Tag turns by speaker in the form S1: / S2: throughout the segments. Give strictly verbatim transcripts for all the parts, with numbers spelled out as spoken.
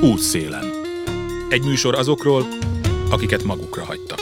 S1: Útszélen. Egy műsor azokról, akiket magukra hagytak.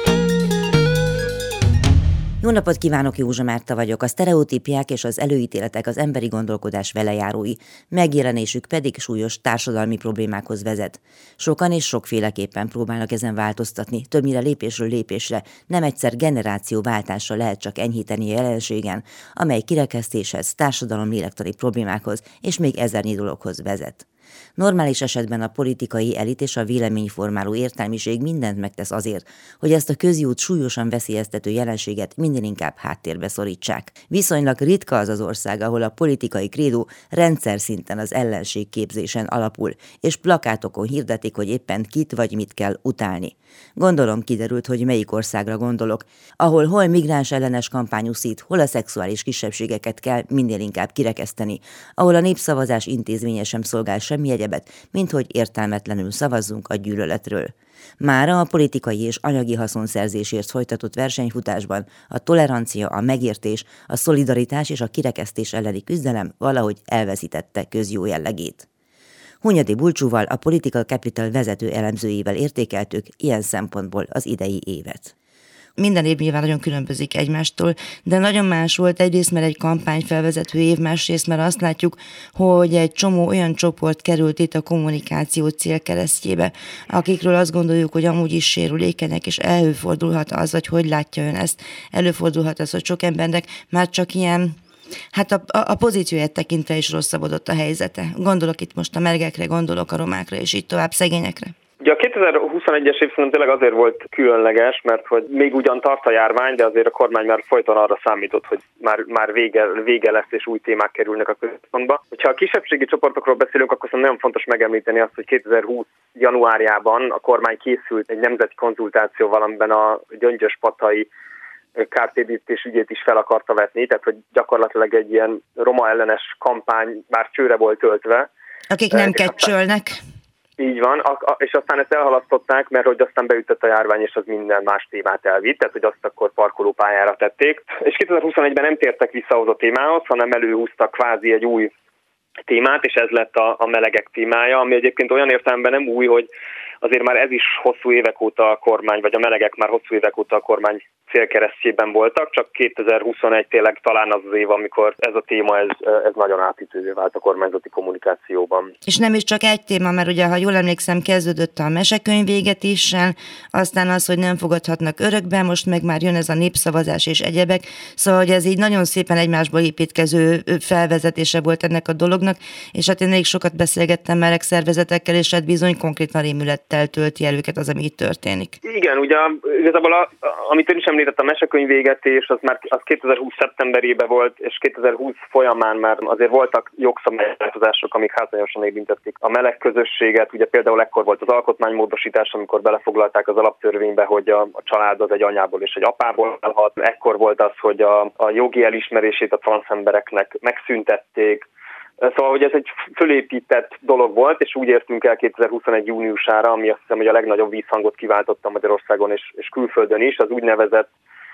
S2: Jó napot kívánok, Józsa Márta vagyok. A sztereotípiák és az előítéletek az emberi gondolkodás velejárói, megjelenésük pedig súlyos társadalmi problémákhoz vezet. Sokan és sokféleképpen próbálnak ezen változtatni, többnyire lépésről lépésre, nem egyszer generációváltással lehet csak enyhíteni a jelenségen, amely kirekesztéshez, társadalom-lélektani problémákhoz és még ezernyi dologhoz vezet. Normális esetben a politikai elit és a véleményformáló értelmiség mindent megtesz azért, hogy ezt a közjót súlyosan veszélyeztető jelenséget minden inkább háttérbe szorítsák. Viszonylag ritka az az ország, ahol a politikai krédó rendszer szinten az ellenségképzésen alapul, és plakátokon hirdetik, hogy éppen kit vagy mit kell utálni. Gondolom kiderült, hogy melyik országra gondolok, ahol hol migráns ellenes kampány uszít, hol a szexuális kisebbségeket kell minél inkább kirekeszteni, ahol a népszavazás intézménye sem szolgál semmi egyebet, mint hogy értelmetlenül szavazzunk a gyűlöletről. Mára a politikai és anyagi haszonszerzésért folytatott versenyfutásban a tolerancia, a megértés, a szolidaritás és a kirekesztés elleni küzdelem valahogy elveszítette közjó jellegét. Hunyadi Bulcsúval, a Political Capital vezető elemzőjével értékeltük ilyen szempontból az idei évet.
S3: Minden év nyilván nagyon különbözik egymástól, de nagyon más volt egyrészt, mert egy kampányfelvezető év, másrészt, mert azt látjuk, hogy egy csomó olyan csoport került itt a kommunikáció célkeresztjébe, akikről azt gondoljuk, hogy amúgy is sérülékenyek, és előfordulhat az, hogy hogy látja ön ezt, előfordulhat az, hogy sok embernek már csak ilyen, hát a, a, a pozícióját tekintve is rosszabbodott a helyzete. Gondolok itt most a melegekre, gondolok a romákra, és így tovább szegényekre.
S4: Ugye a kétezer-huszonegyes év szerintem tényleg azért volt különleges, mert hogy még ugyan tart a járvány, de azért a kormány már folyton arra számított, hogy már, már vége, vége lesz és új témák kerülnek a központba. Ha a kisebbségi csoportokról beszélünk, akkor szerintem nagyon fontos megemlíteni azt, hogy kétezer-húsz januárjában a kormány készült egy nemzeti konzultációval, amiben a gyöngyöspatai kártérítés ügyét is fel akarta vetni, tehát hogy gyakorlatilag egy ilyen roma ellenes kampány már csőre volt töltve.
S3: Akik nem kecsölnek.
S4: Így van, és aztán ezt elhalasztották, mert hogy aztán beütött a járvány, és az minden más témát elvitt, tehát hogy azt akkor parkolópályára tették. És kétezer-huszonegyben nem tértek vissza ahhoz a témához, hanem előhúztak kvázi egy új témát, és ez lett a, a melegek témája, ami egyébként olyan értelemben nem új, hogy azért már ez is hosszú évek óta a kormány, vagy a melegek már hosszú évek óta a kormány célkeresztjében voltak, csak kétezer-huszonegy tényleg talán az az év, amikor ez a téma ez, ez nagyon átütővé vált a kormányzati kommunikációban.
S3: És nem is csak egy téma, mert ugye, ha jól emlékszem, kezdődött a mesekönyvvégetéssel, aztán az, hogy nem fogadhatnak örökbe, most meg már jön ez a népszavazás és egyebek, szóval hogy ez így nagyon szépen egymásból építkező felvezetése volt ennek a dolognak, és hát én elég sokat beszélgettem meleg szervezetekkel, és hát bizony konkrétan rémülettel tölti el őket az, ami itt történik.
S4: Igen, ugye igazából a, amit ön is említett, a mesekönyvvégetés, az már az kétezer-húsz szeptemberében volt, és kétezer-húsz folyamán már azért voltak jogszabályváltozások, amik hátrányosan érintették a meleg közösséget. Ugye például ekkor volt az alkotmánymódosítás, amikor belefoglalták az alaptörvénybe, hogy a, a család az egy anyából és egy apából állhat. Ekkor volt az, hogy a, a jogi elismerését a transzembereknek megszüntették. Szóval, hogy ez egy fölépített dolog volt, és úgy értünk el kétezer-huszonegy júniusára, ami azt hiszem, hogy a legnagyobb vízhangot kiváltotta Magyarországon és, és külföldön is, az úgynevezett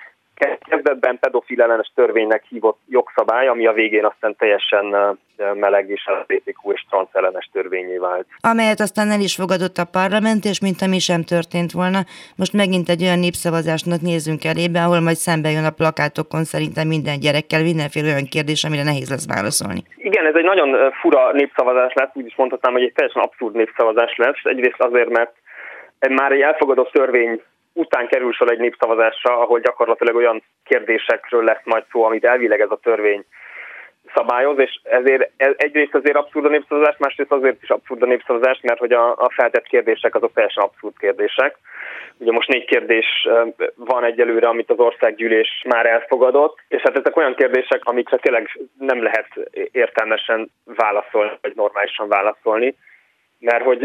S4: kezdetben pedofil ellenes törvénynek hívott jogszabály, ami a végén aztán teljesen meleg és el gé bé kú és transz ellenes törvényé vált.
S3: Amelyet aztán el is fogadott a parlament, és mint ami sem történt volna, most megint egy olyan népszavazásnak nézzünk elébe, ahol majd szembe jön a plakátokon szerintem minden gyerekkel mindenféle olyan kérdés, amire nehéz lesz válaszolni.
S4: Igen, ez egy nagyon fura népszavazás lesz, úgy is mondhatnám, hogy egy teljesen abszurd népszavazás lesz. Egyrészt azért, mert már egy elfogadott törvény után kerül sor egy népszavazásra, ahol gyakorlatilag olyan kérdésekről lesz majd szó, amit elvileg ez a törvény szabályoz, és ezért egyrészt azért abszurd a népszavazás, másrészt azért is abszurd a népszavazás, mert hogy a, a feltett kérdések azok teljesen abszurd kérdések. Ugye most négy kérdés van egyelőre, amit az országgyűlés már elfogadott, és hát ezek olyan kérdések, amikre tényleg nem lehet értelmesen válaszolni, vagy normálisan válaszolni, mert hogy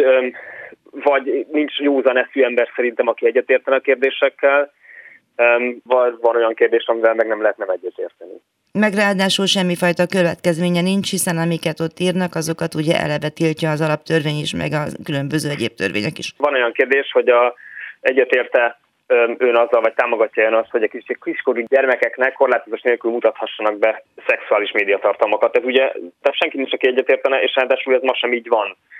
S4: vagy nincs józan eszű ember szerintem, aki egyetértene a kérdésekkel, vagy van olyan kérdés, amivel meg nem lehet nem egyetérteni.
S3: Meg ráadásul semmifajta következménye nincs, hiszen amiket ott írnak, azokat ugye eleve tiltja az alaptörvény is, meg a különböző egyéb törvények is.
S4: Van olyan kérdés, hogy a egyetérte ön azzal, vagy támogatja ön azt, hogy a kis, kiskorú gyermekeknek korlátozás nélkül mutathassanak be szexuális médiatartalmakat. Ez ugye, tehát senki nincs, aki egyetértene, és ráadásul ez ma sem így van.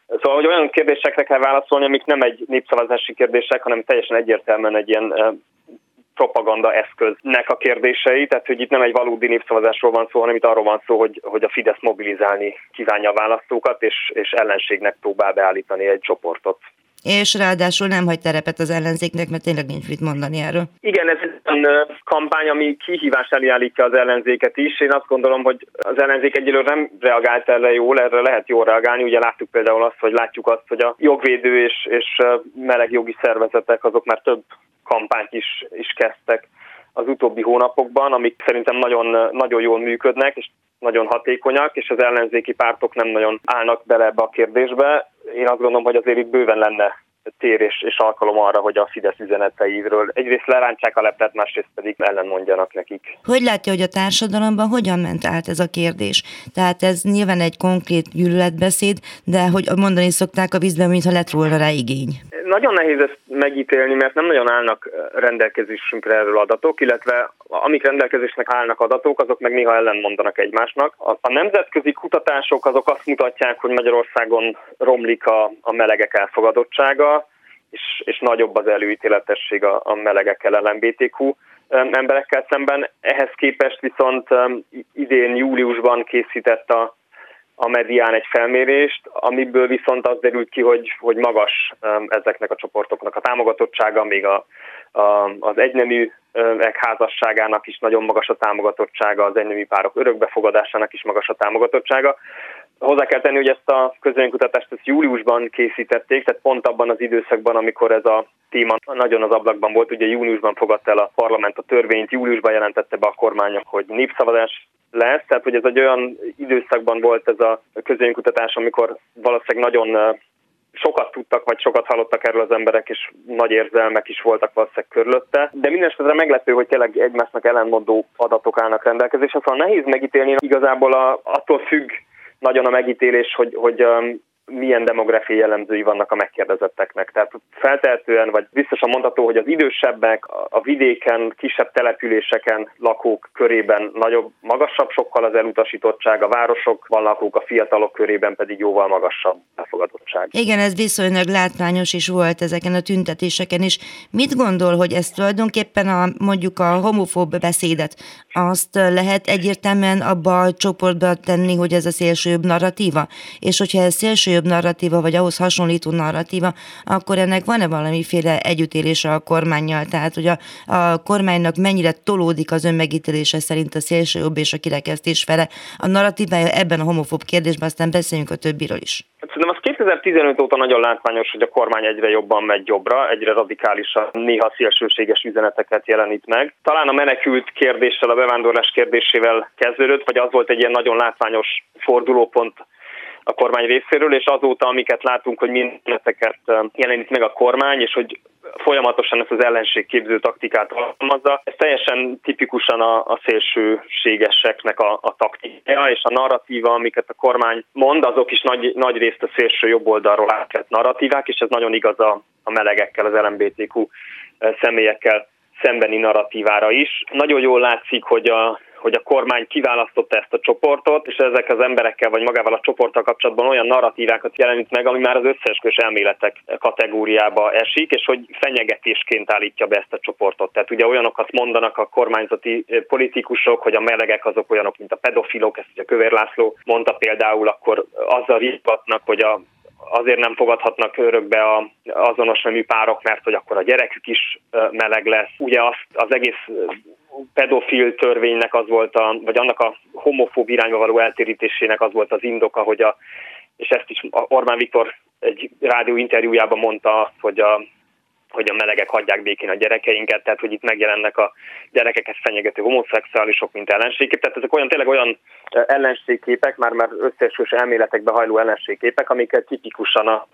S4: Szóval, hogy olyan kérdésekre kell válaszolni, amik nem egy népszavazási kérdések, hanem teljesen egyértelműen egy ilyen propaganda eszköznek a kérdései, tehát hogy itt nem egy valódi népszavazásról van szó, hanem itt arról van szó, hogy, hogy a Fidesz mobilizálni kívánja a választókat, és, és ellenségnek próbál beállítani egy csoportot.
S3: És ráadásul nem hagy terepet az ellenzéknek, mert tényleg nincs mit mondani erről.
S4: Igen, ez egy olyan kampány, ami kihívás elé állítja az ellenzéket is. Én azt gondolom, hogy az ellenzék egyelőre nem reagált erre jól, erre lehet jól reagálni. Ugye láttuk például azt, hogy látjuk azt, hogy a jogvédő és, és melegjogi szervezetek azok már több kampányt is, is kezdtek az utóbbi hónapokban, amik szerintem nagyon, nagyon jól működnek, és nagyon hatékonyak, és az ellenzéki pártok nem nagyon állnak bele ebbe a kérdésbe. Én azt gondolom, hogy azért itt bőven lenne tér és, és alkalom arra, hogy a Fidesz üzeneteiről egyrészt lerántsák a leplet, másrészt pedig ellenmondjanak nekik.
S3: Hogy látja, hogy a társadalomban hogyan ment át ez a kérdés? Tehát ez nyilván egy konkrét gyűlöletbeszéd, de hogy mondani szokták a vízben, mintha lett volna rá igény.
S4: Nagyon nehéz ezt megítélni, mert nem nagyon állnak rendelkezésünkre erről adatok, illetve amik rendelkezésnek állnak adatok, azok meg néha ellentmondanak egymásnak. A, a nemzetközi kutatások azok azt mutatják, hogy Magyarországon romlik a, a melegek elfogadottsága, és, és nagyobb az előítéletesség a, a melegekkel, el em bé té kú emberekkel szemben. Ehhez képest viszont idén júliusban készített a a Medián egy felmérést, amiből viszont az derült ki, hogy, hogy magas ezeknek a csoportoknak a támogatottsága, még a, a, az egyneműek házasságának is nagyon magas a támogatottsága, az egynemű párok örökbefogadásának is magas a támogatottsága. Hozzá kell tenni, hogy ezt a közvéleménykutatást ezt júliusban készítették, tehát pont abban az időszakban, amikor ez a téma nagyon az ablakban volt. Ugye júniusban fogadta el a parlament a törvényt, júliusban jelentette be a kormány, hogy népszavazás lesz, tehát hogy ez egy olyan időszakban volt ez a közvéleménykutatás, amikor valószínűleg nagyon sokat tudtak, vagy sokat hallottak erről az emberek, és nagy érzelmek is voltak valószínűleg körülötte. De mindenesetre meglepő, hogy tényleg egymásnak ellentmondó adatok állnak rendelkezésre, szóval nehéz megítélni, igazából a, attól függ nagyon a megítélés, hogy, hogy um, milyen demográfiai jellemzői vannak a megkérdezetteknek. Tehát feltehetően, vagy biztosan mondható, hogy az idősebbek, a vidéken, kisebb településeken lakók körében nagyobb, magasabb sokkal az elutasítottság, a városokban lakók, a fiatalok körében pedig jóval magasabb elfogadottság.
S3: Igen, ez viszonylag látványos is volt ezeken a tüntetéseken is. Mit gondol, hogy ez tulajdonképpen a, mondjuk a homofób beszédet, azt lehet egyértelműen abba a csoportba tenni, hogy ez a szélsőjobb narratíva? És hogyha ez szélsőjobb narratíva, vagy ahhoz hasonlító narratíva, akkor ennek van-e valamiféle együttélése a kormánnyal? Tehát, hogy a, a kormánynak mennyire tolódik az önmegítélése szerint a szélsőjobb és a kirekesztés fele a narratívája ebben a homofób kérdésben, aztán beszéljünk a többiről is.
S4: Szerintem az kétezer-tizenöt óta nagyon látványos, hogy a kormány egyre jobban megy jobbra, egyre radikálisabb, néha szélsőséges üzeneteket jelenít meg. Talán a menekült kérdéssel, a bevándorlás kérdésével kezdődött, vagy az volt egy ilyen nagyon látványos fordulópont a kormány részéről, és azóta, amiket látunk, hogy mindenneteket jelenít meg a kormány, és hogy folyamatosan ezt az ellenségképző taktikát alkalmazza. Ez teljesen tipikusan a, a szélsőségeseknek a, a taktikája, és a narratíva, amiket a kormány mond, azok is nagy, nagy részt a szélső jobb oldalról átvett narratívák, és ez nagyon igaz a, a melegekkel, az el em bé té kú személyekkel szembeni narratívára is. Nagyon jól látszik, hogy a hogy a kormány kiválasztotta ezt a csoportot, és ezek az emberekkel, vagy magával a csoporttal kapcsolatban olyan narratívákat jelenít meg, ami már az összeesküvés elméletek kategóriába esik, és hogy fenyegetésként állítja be ezt a csoportot. Tehát ugye olyanokat mondanak a kormányzati politikusok, hogy a melegek azok olyanok, mint a pedofilok, ezt ugye Kövér László mondta például, akkor azzal rivatnak, hogy a azért nem fogadhatnak örökbe a azonos nemű párok, mert hogy akkor a gyerekük is meleg lesz. Ugye azt, az egész pedofil törvénynek az volt, a, vagy annak a homofób irányba való eltérítésének az volt az indoka, hogy a, és ezt is Orbán Viktor egy rádió interjújában mondta, hogy a hogy a melegek hagyják békén a gyerekeinket, tehát hogy itt megjelennek a gyerekeket fenyegető homoszexuálisok, mint ellenségkép. Tehát ezek olyan tényleg olyan ellenségképek, már már összeesküvés elméletekbe hajló ellenségképek, amiket tipikusan a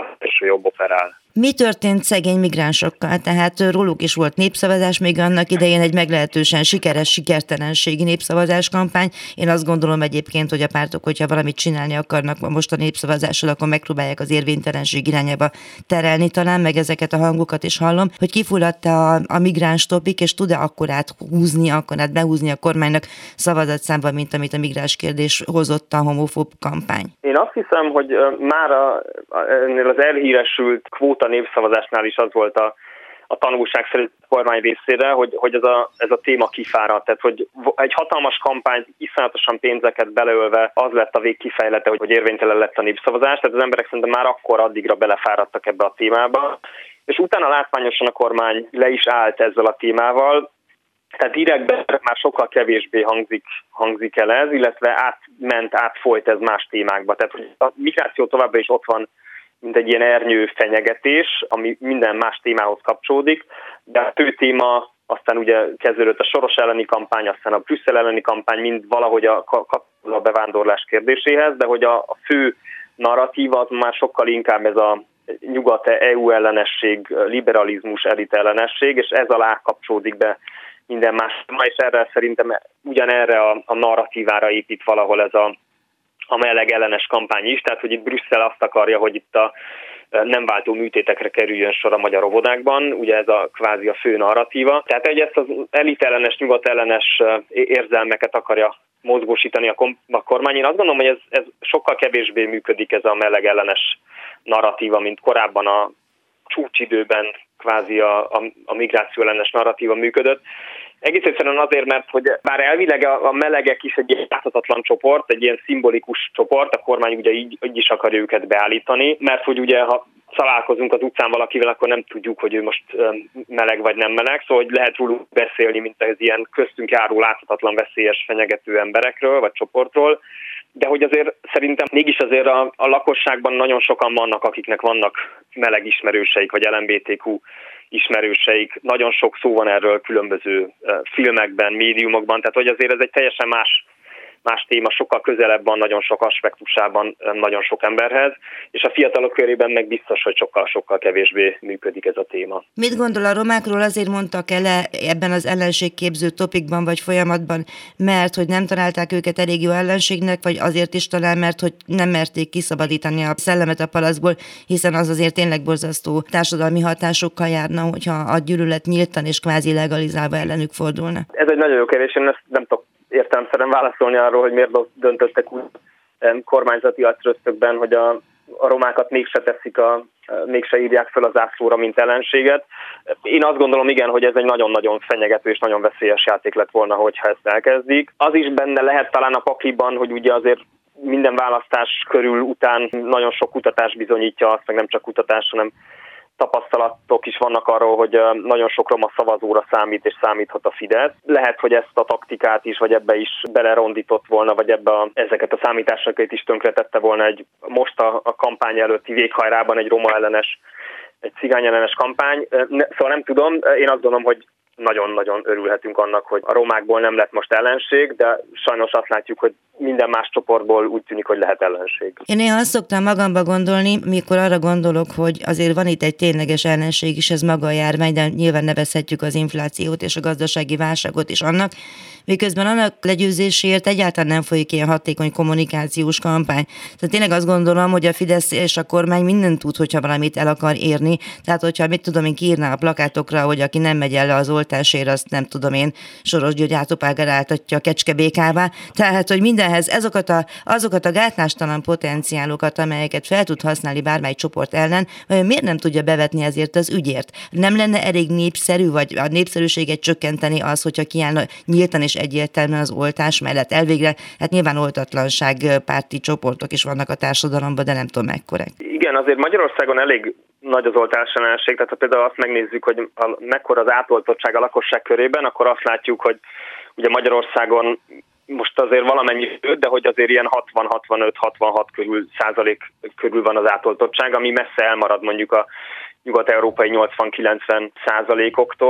S4: jobb operál.
S3: Mi történt szegény migránsokkal? Tehát róluk is volt népszavazás, még annak idején egy meglehetősen sikeres, sikertelenségi népszavazás kampány. Én azt gondolom egyébként, hogy a pártok, hogyha valamit csinálni akarnak most a népszavazással, akkor megpróbálják az érvénytelenség irányába terelni talán, meg ezeket a hangokat is hallom, hogy kifulladt-e a, a migráns topik, és tud-e akkorát húzni, akkorát behúzni a kormánynak szavazatszámban, mint amit a migráns kérdés hozott a homofób kampány.
S4: Én azt hiszem, hogy már a, ennél az elhíresült kvóta népszavazásnál is az volt a, a tanulság szerint a kormány részére, hogy, hogy ez, a, ez a téma kifáradt. Tehát, hogy egy hatalmas kampány iszonyatosan pénzeket beleölve az lett a végkifejlete, hogy, hogy érvénytelen lett a népszavazás. Tehát az emberek szerintem már akkor addigra belefáradtak ebbe a témába. És utána látványosan a kormány le is állt ezzel a témával. Tehát direktben már sokkal kevésbé hangzik, hangzik el ez, illetve átment, átfolyt ez más témákba. Tehát hogy a migráció továbbra is ott van, mint egy ilyen ernyő fenyegetés, ami minden más témához kapcsolódik, de a fő téma aztán ugye kezdődött a Soros elleni kampány, aztán a Brüsszel elleni kampány, mind valahogy a, a bevándorlás kérdéséhez, de hogy a, a fő narratíva az már sokkal inkább ez a nyugat é u ellenesség, liberalizmus, elit ellenesség, és ez alá kapcsolódik be minden más. Ma és erre szerintem ugyanerre a, a narratívára épít valahol ez a a meleg ellenes kampány is, tehát hogy itt Brüsszel azt akarja, hogy itt a nem váltó műtétekre kerüljön sor a magyar óvodákban, ugye ez a kvázi a fő narratíva. Tehát egy ezt az elit ellenes, nyugat ellenes érzelmeket akarja mozgósítani a kormány. Én azt gondolom, hogy ez, ez sokkal kevésbé működik ez a meleg ellenes narratíva, mint korábban a csúcsidőben kvázi a, a, a migráció ellenes narratíva működött. Egész egyszerűen azért, mert hogy bár elvileg a, a melegek is egy ilyen láthatatlan csoport, egy ilyen szimbolikus csoport, a kormány ugye így, így is akarja őket beállítani, mert hogy ugye ha találkozunk az utcán valakivel, akkor nem tudjuk, hogy ő most meleg vagy nem meleg, szóval hogy lehet róluk beszélni, mint az ilyen köztünk járó láthatatlan veszélyes fenyegető emberekről vagy csoportról, de hogy azért szerintem mégis azért a, a lakosságban nagyon sokan vannak, akiknek vannak meleg ismerőseik, vagy el em bé té kú ismerőseik. Nagyon sok szó van erről különböző filmekben, médiumokban, tehát hogy azért ez egy teljesen más, más téma, sokkal közelebb van nagyon sok aspektusában nagyon sok emberhez, és a fiatalok körében meg biztos, hogy sokkal-sokkal kevésbé működik ez a téma.
S3: Mit gondol a romákról? Azért mondtak el ebben az ellenségképző topikban vagy folyamatban, mert hogy nem találták őket elég jó ellenségnek, vagy azért is talán, mert hogy nem merték kiszabadítani a szellemet a palaszból, hiszen az azért tényleg borzasztó társadalmi hatásokkal járna, hogyha a gyűlölet nyíltan és kvázi legalizálva ellenük fordulna.
S4: Ez egy nagyon jó kérdés, én ezt nem tudok értelemszerűen válaszolni arról, hogy miért döntöttek úgy kormányzati agytröztökben, hogy a, a romákat mégse teszik, a, mégse írják fel az ászlóra, mint ellenséget. Én azt gondolom, igen, hogy ez egy nagyon-nagyon fenyegető és nagyon veszélyes játék lett volna, hogyha ezt elkezdik. Az is benne lehet talán a pakliban, hogy ugye azért minden választás körül után nagyon sok kutatás bizonyítja azt, meg nem csak kutatás, hanem tapasztalatok is vannak arról, hogy nagyon sok roma szavazóra számít és számíthat a Fidesz. Lehet, hogy ezt a taktikát is, vagy ebbe is belerondított volna, vagy ebbe a, ezeket a számításokat is tönkretette volna egy most a, a kampány előtti véghajrában egy roma ellenes, egy cigány ellenes kampány. Szóval nem tudom, én azt gondolom, hogy nagyon-nagyon örülhetünk annak, hogy a romákból nem lett most ellenség, de sajnos azt látjuk, hogy minden más csoportból úgy tűnik, hogy lehet ellenség.
S3: Én néha azt szoktam magamba gondolni, mikor arra gondolok, hogy azért van itt egy tényleges ellenség is, ez maga a járvány, de nyilván nevezhetjük az inflációt és a gazdasági válságot is annak, miközben annak legyőzéséért egyáltalán nem folyik ilyen hatékony kommunikációs kampány. Tehát tényleg azt gondolom, hogy a Fidesz és a kormány mindent tud, hogyha valamit el akar érni. Tehát, hogyha mit tudom én, kiírná a plakátokra, hogy aki nem megy el az oltásért, azt nem tudom én, Soros György átopágára áltatja a kecskebékává. Tehát, hogy mindenhez azokat a, azokat a gátlástalan potenciálokat, amelyeket fel tud használni bármely csoport ellen, miért nem tudja bevetni ezért az ügyért? Nem lenne elég népszerű, vagy a népszerűséget csökkenteni az, hogyha kiállna nyíltan és egyértelműen az oltás mellett elvégre? Hát nyilván oltatlanság párti csoportok is vannak a társadalomban, de nem tudom mekkorek.
S4: Igen, azért Magyarországon elég nagy az oltásellenesség, tehát ha például azt megnézzük, hogy a, mekkora az átoltottság a lakosság körében, akkor azt látjuk, hogy ugye Magyarországon most azért valamennyi fő, de hogy azért ilyen hatvan-hatvanöt-hatvanhat körül százalék körül van az átoltottság, ami messze elmarad mondjuk a nyugat-európai nyolcvan-kilencven százalékoktól.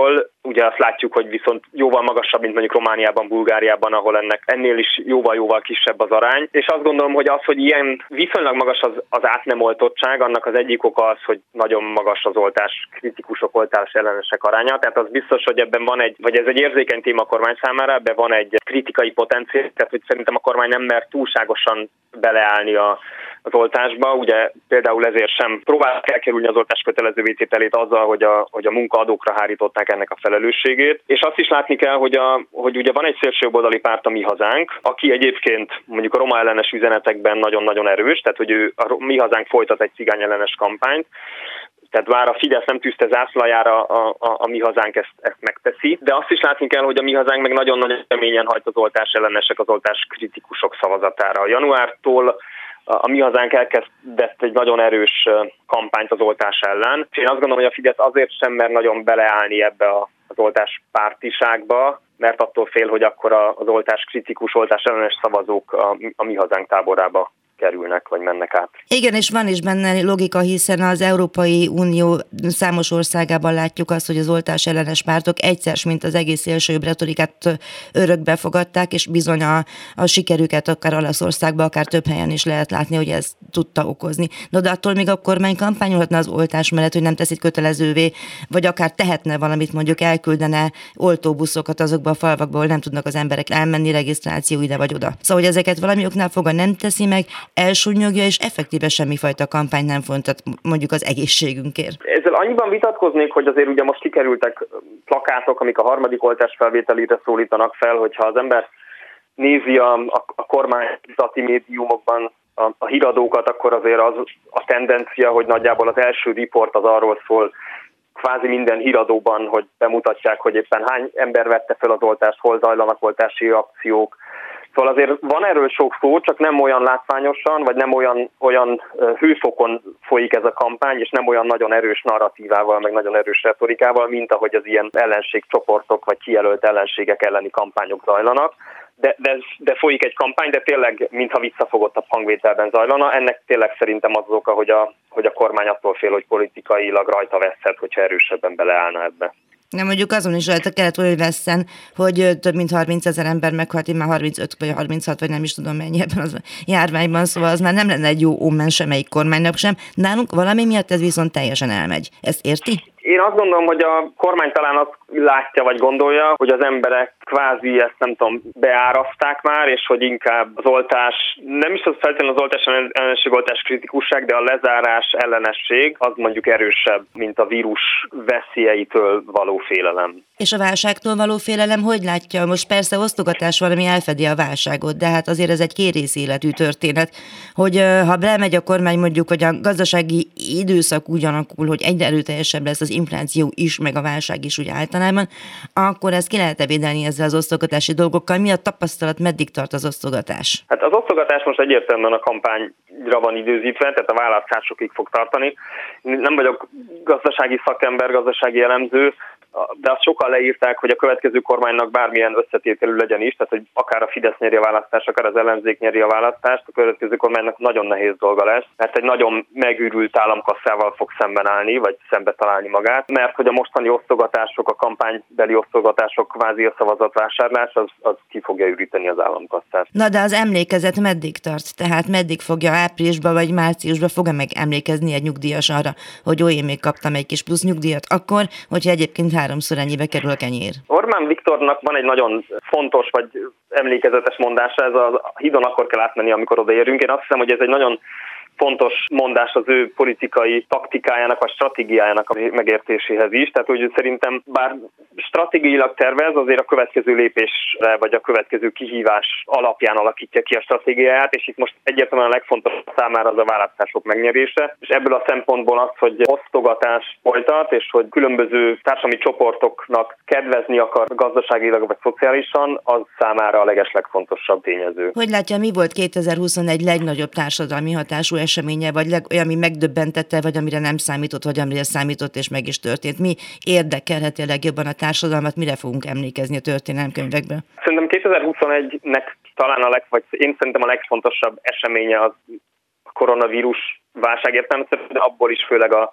S4: ugye azt látjuk, hogy viszont jóval magasabb, mint mondjuk Romániában, Bulgáriában, ahol ennek ennél is jóval-jóval kisebb az arány. És azt gondolom, hogy az, hogy ilyen viszonylag magas az, az át nem oltottság, annak az egyik oka az, hogy nagyon magas az oltás kritikusok, oltás ellenesek aránya. Tehát az biztos, hogy ebben van egy, vagy ez egy érzékeny téma a kormány számára, ebben van egy kritikai potenciál, tehát hogy szerintem a kormány nem mer túlságosan beleállni a az oltásba, ugye például ezért sem próbálták elkerülni az oltás kötelezővé tételét azzal, hogy a, hogy a munkaadókra hárították ennek a felelősségét. És azt is látni kell, hogy, a, hogy ugye van egy szélsőjobboldali párt, a Mi Hazánk, aki egyébként mondjuk a roma ellenes üzenetekben nagyon-nagyon erős, tehát hogy ő, a Mi Hazánk folytat egy cigány ellenes kampányt, tehát bár a Fidesz nem tűzte zászlajára, a, a, a Mi Hazánk ezt, ezt megteszi, de azt is látni kell, hogy a Mi Hazánk meg nagyon-nagyon keményen hajt az oltás ellenesek, az oltás kritikusok szavazatára. A januártól a Mi Hazánk elkezdett egy nagyon erős kampányt az oltás ellen. Én azt gondolom, hogy a Fidesz azért sem mer nagyon beleállni ebbe az oltás pártiságba, mert attól fél, hogy akkor az oltás kritikus, oltás ellenes szavazók a, a Mi Hazánk táborába kerülnek, vagy mennek át.
S3: Igen, és van is benne logika, hiszen az Európai Unió számos országában látjuk azt, hogy az oltás ellenes pártok egyszer, mint az egész szélsőjobb retorikát örökbe fogadták, és bizony a, a sikerüket akár Olaszországban, akár több helyen is lehet látni, hogy ez tudta okozni. No, de attól még a kormány kampányolhatna az oltás mellett, hogy nem teszik kötelezővé, vagy akár tehetne valamit, mondjuk elküldene oltóbuszokat azokba a falvakba, ahol nem tudnak az emberek elmenni, regisztráció ide vagy oda. Szóval, hogy ezeket valami oknál fogva nem teszi meg, elsúnyogja, és effektíve semmifajta kampány nem fontat mondjuk az egészségünkért.
S4: Ezzel annyiban vitatkoznék, hogy azért ugye most kikerültek plakátok, amik a harmadik oltás felvételére szólítanak fel, hogyha az ember nézi a, a, a kormányzati médiumokban a, a híradókat, akkor azért az a tendencia, hogy nagyjából az első riport az arról szól, kvázi minden híradóban, hogy bemutatják, hogy éppen hány ember vette fel az oltást, hol zajlanak oltási akciók. Szóval azért van erről sok szó, csak nem olyan látványosan, vagy nem olyan, olyan hőfokon folyik ez a kampány, és nem olyan nagyon erős narratívával, meg nagyon erős retorikával, mint ahogy az ilyen ellenségcsoportok, vagy kijelölt ellenségek elleni kampányok zajlanak. De, de, de folyik egy kampány, de tényleg mintha visszafogottabb hangvételben zajlana. Ennek tényleg szerintem az oka, hogy a, hogy a kormány attól fél, hogy politikailag rajta veszhet, hogyha erősebben beleállna ebbe.
S3: Nem, mondjuk azon is rajta kellett volna, hogy vesszen, hogy több mint harmincezer ember meghalt, én már harmincöt vagy harminchat, vagy nem is tudom mennyi ebben az járványban, szóval az már nem lenne egy jó ómen semmelyik kormánynak sem. Nálunk valami miatt ez viszont teljesen elmegy. Ezt érti?
S4: Én azt gondolom, hogy a kormány talán azt látja, vagy gondolja, hogy az emberek kvázi ezt nem tudom, beáraszták már, és hogy inkább az oltás, nem is az feltétlenül az oltás ellenesség, oltás kritikusság, de a lezárás ellenesség az mondjuk erősebb, mint a vírus veszélyeitől való félelem.
S3: És a válságtól való félelem hogy látja? Most persze osztogatás van, ami elfedi a válságot, de hát azért ez egy kérész életű történet, hogy ha belemegy a kormány mondjuk, hogy a gazdasági időszak úgy alakul, hogy egyre erőteljesebb lesz az infláció is, meg a válság is úgy általában, akkor ezt ki lehet védelni ezzel az osztogatási dolgokkal? Mi a tapasztalat, meddig tart az osztogatás?
S4: Hát az osztogatás most egyértelműen a kampányra van időzítve, tehát a választásokig fog tartani. Nem vagyok gazdasági szakember, gazdasági elemző, de azt sokan leírták, hogy a következő kormánynak bármilyen összetételű legyen is, tehát hogy akár a Fidesz nyeri a választást, akár az ellenzék nyeri a választást, a következő kormánynak nagyon nehéz dolga lesz, mert egy nagyon megűrült államkasszával fog szemben állni, vagy szembe találni magát, mert hogy a mostani osztogatások, a kampánybeli osztogatások, kvázi a szavazatvásárlás, az, az ki fogja üríteni az államkasszát.
S3: Na de az emlékezet meddig tart? Tehát meddig fogja áprilisban vagy márciusban fog-e meg emlékezni egy nyugdíjas arra, hogy ó, én még kaptam egy kis plusz nyugdíjat, akkor, hogyha egyébként háromszor ennyibe kerül a kenyér. Orbán
S4: Viktornak van egy nagyon fontos vagy emlékezetes mondása, ez a hídon akkor kell átmenni, amikor odaérünk. Én azt hiszem, hogy ez egy nagyon fontos mondás az ő politikai taktikájának, vagy stratégiájának a megértéséhez is. Tehát, hogy szerintem bár stratégiailag tervez, azért a következő lépésre, vagy a következő kihívás alapján alakítja ki a stratégiáját, és itt most egyértelműen a legfontosabb számára az a választások megnyerése. És ebből a szempontból az, hogy osztogatás folytat, és hogy különböző társadalmi csoportoknak kedvezni akar gazdaságilag vagy szociálisan, az számára a legeslegfontosabb tényező.
S3: Hogy látja, mi volt kétezer-huszonegy legnagyobb társadalmi hatású eseménye, vagy leg, olyan, ami megdöbbentette, vagy amire nem számított, vagy amire számított, és meg is történt? Mi érdekelheti a legjobban a társadalmat, mire fogunk emlékezni a történelemkönyvekből?
S4: Szerintem kétezer-huszonegynek talán a leg, vagy én szerintem a legfontosabb eseménye az a koronavírus válság értelmezhető, de abból is főleg a,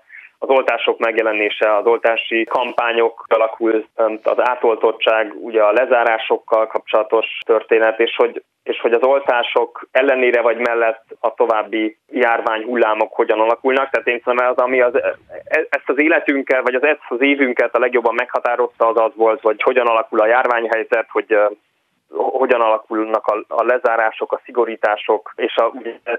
S4: az oltások megjelenése, az oltási kampányok alakult, az átoltottság, ugye a lezárásokkal kapcsolatos történet, és hogy és hogy az oltások ellenére vagy mellett a további járványhullámok hogyan alakulnak. Tehát én szerintem az, ami az, ezt az életünket, vagy az ezt az évünket a legjobban meghatározta, az az volt, hogy hogyan alakul a járványhelyzet, hogy hogyan alakulnak a, a lezárások, a szigorítások, és a,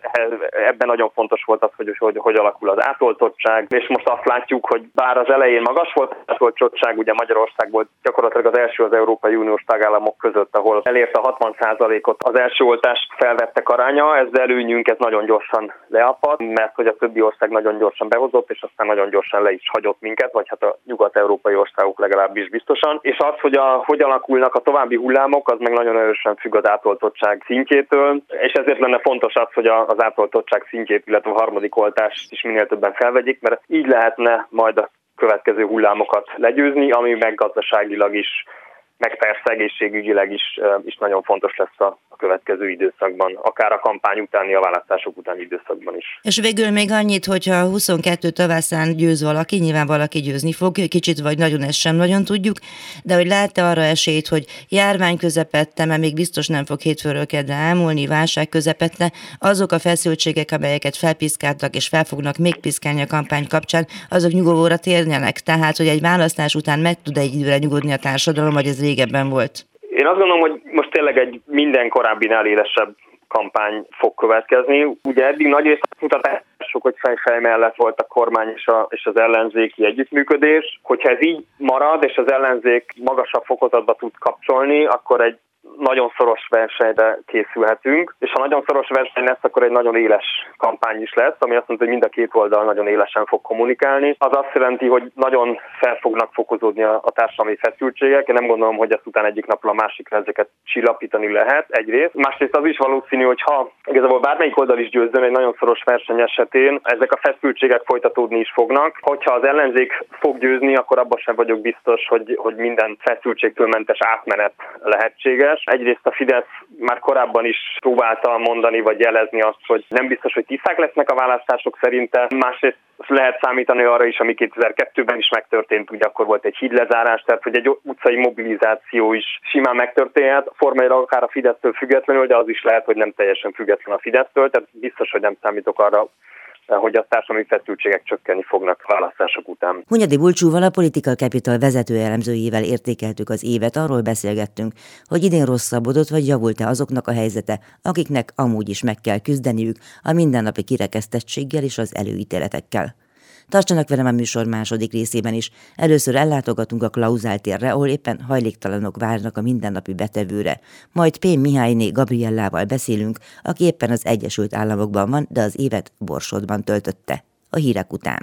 S4: ebben nagyon fontos volt az, hogy, hogy hogy alakul az átoltottság, és most azt látjuk, hogy bár az elején magas volt az átoltottság, ugye Magyarország volt gyakorlatilag az első az Európai Uniós tagállamok között, ahol elérte a hatvan százalékot az első oltást felvettek aránya, ez előnyünket nagyon gyorsan leapadt, mert hogy a többi ország nagyon gyorsan behozott, és aztán nagyon gyorsan le is hagyott minket, vagy hát a nyugat-európai országok legalábbis biztosan. És az, hogy a, hogy alakulnak a további hullámok, az meg nagyon erősen függ az átoltottság szintjétől, és ezért lenne fontos az, hogy az átoltottság szintjét, illetve a harmadik oltást is minél többen felvegyék, mert így lehetne majd a következő hullámokat legyőzni, ami meg gazdaságilag is, meg persze egészségügyileg is, is nagyon fontos lesz a, a következő időszakban, akár a kampány utáni, a választások utáni időszakban is.
S3: És végül még annyit, hogyha huszonkettő tavaszán győz valaki, nyilván valaki győzni fog, kicsit vagy nagyon, ezt sem nagyon tudjuk, de hogy lát-e arra esélyt, hogy járvány közepette, mert még biztos nem fog hétfőről kedre elmúlni, válság közepette, azok a feszültségek, amelyeket felpiszkáltak és fel fognak még piszkálni a kampány kapcsán, azok nyugovóra térjenek. Tehát, hogy egy választás után meg tud egy időre nyugodni a társadalom, vagy ez régebben volt?
S4: Én azt gondolom, hogy most tényleg egy minden korábbinál élesebb kampány fog következni. Ugye eddig nagyrészt azt mutatások, hogy fej-fej mellett volt a kormány és, a, és az ellenzéki együttműködés. Hogyha ez így marad, és az ellenzék magasabb fokozatba tud kapcsolni, akkor egy nagyon szoros versenyre készülhetünk, és ha nagyon szoros verseny lesz, akkor egy nagyon éles kampány is lesz, ami azt mondja, hogy mind a két oldal nagyon élesen fog kommunikálni. Az azt jelenti, hogy nagyon fel fognak fokozódni a, a társadalmi feszültségek. Én nem gondolom, hogy ezt után egyik napra a másikra ezeket csillapítani lehet egyrészt. Másrészt az is valószínű, hogy ha igazából bármelyik oldal is győzzön egy nagyon szoros verseny esetén, ezek a feszültségek folytatódni is fognak. Hogyha az ellenzék fog győzni, akkor abban sem vagyok biztos, hogy, hogy minden feszültségtől mentes átmenet lehetséges. Egyrészt a Fidesz már korábban is próbálta mondani vagy jelezni azt, hogy nem biztos, hogy tiszták lesznek a választások szerinte. Másrészt lehet számítani arra is, ami kétezer-kettőben is megtörtént, ugye akkor volt egy hídlezárás, tehát hogy egy utcai mobilizáció is simán megtörténhet, formailag akár a Fidesztől függetlenül, de az is lehet, hogy nem teljesen független a Fidesztől, tehát biztos, hogy nem számítok arra, hogy a társadalmi feszültségek csökkenni fognak választások után.
S2: Hunyadi Bulcsúval, a Political Capital vezető elemzőjével értékeltük az évet, arról beszélgettünk, hogy idén rosszabbodott vagy javult-e azoknak a helyzete, akiknek amúgy is meg kell küzdeniük a mindennapi kirekesztettséggel és az előítéletekkel. Tartsanak velem a műsor második részében is. Először ellátogatunk a Klauzál térre, ahol éppen hajléktalanok várnak a mindennapi betevőre. Majd P. Mihályné Gabriellával beszélünk, aki éppen az Egyesült Államokban van, de az évet Borsodban töltötte. A hírek után.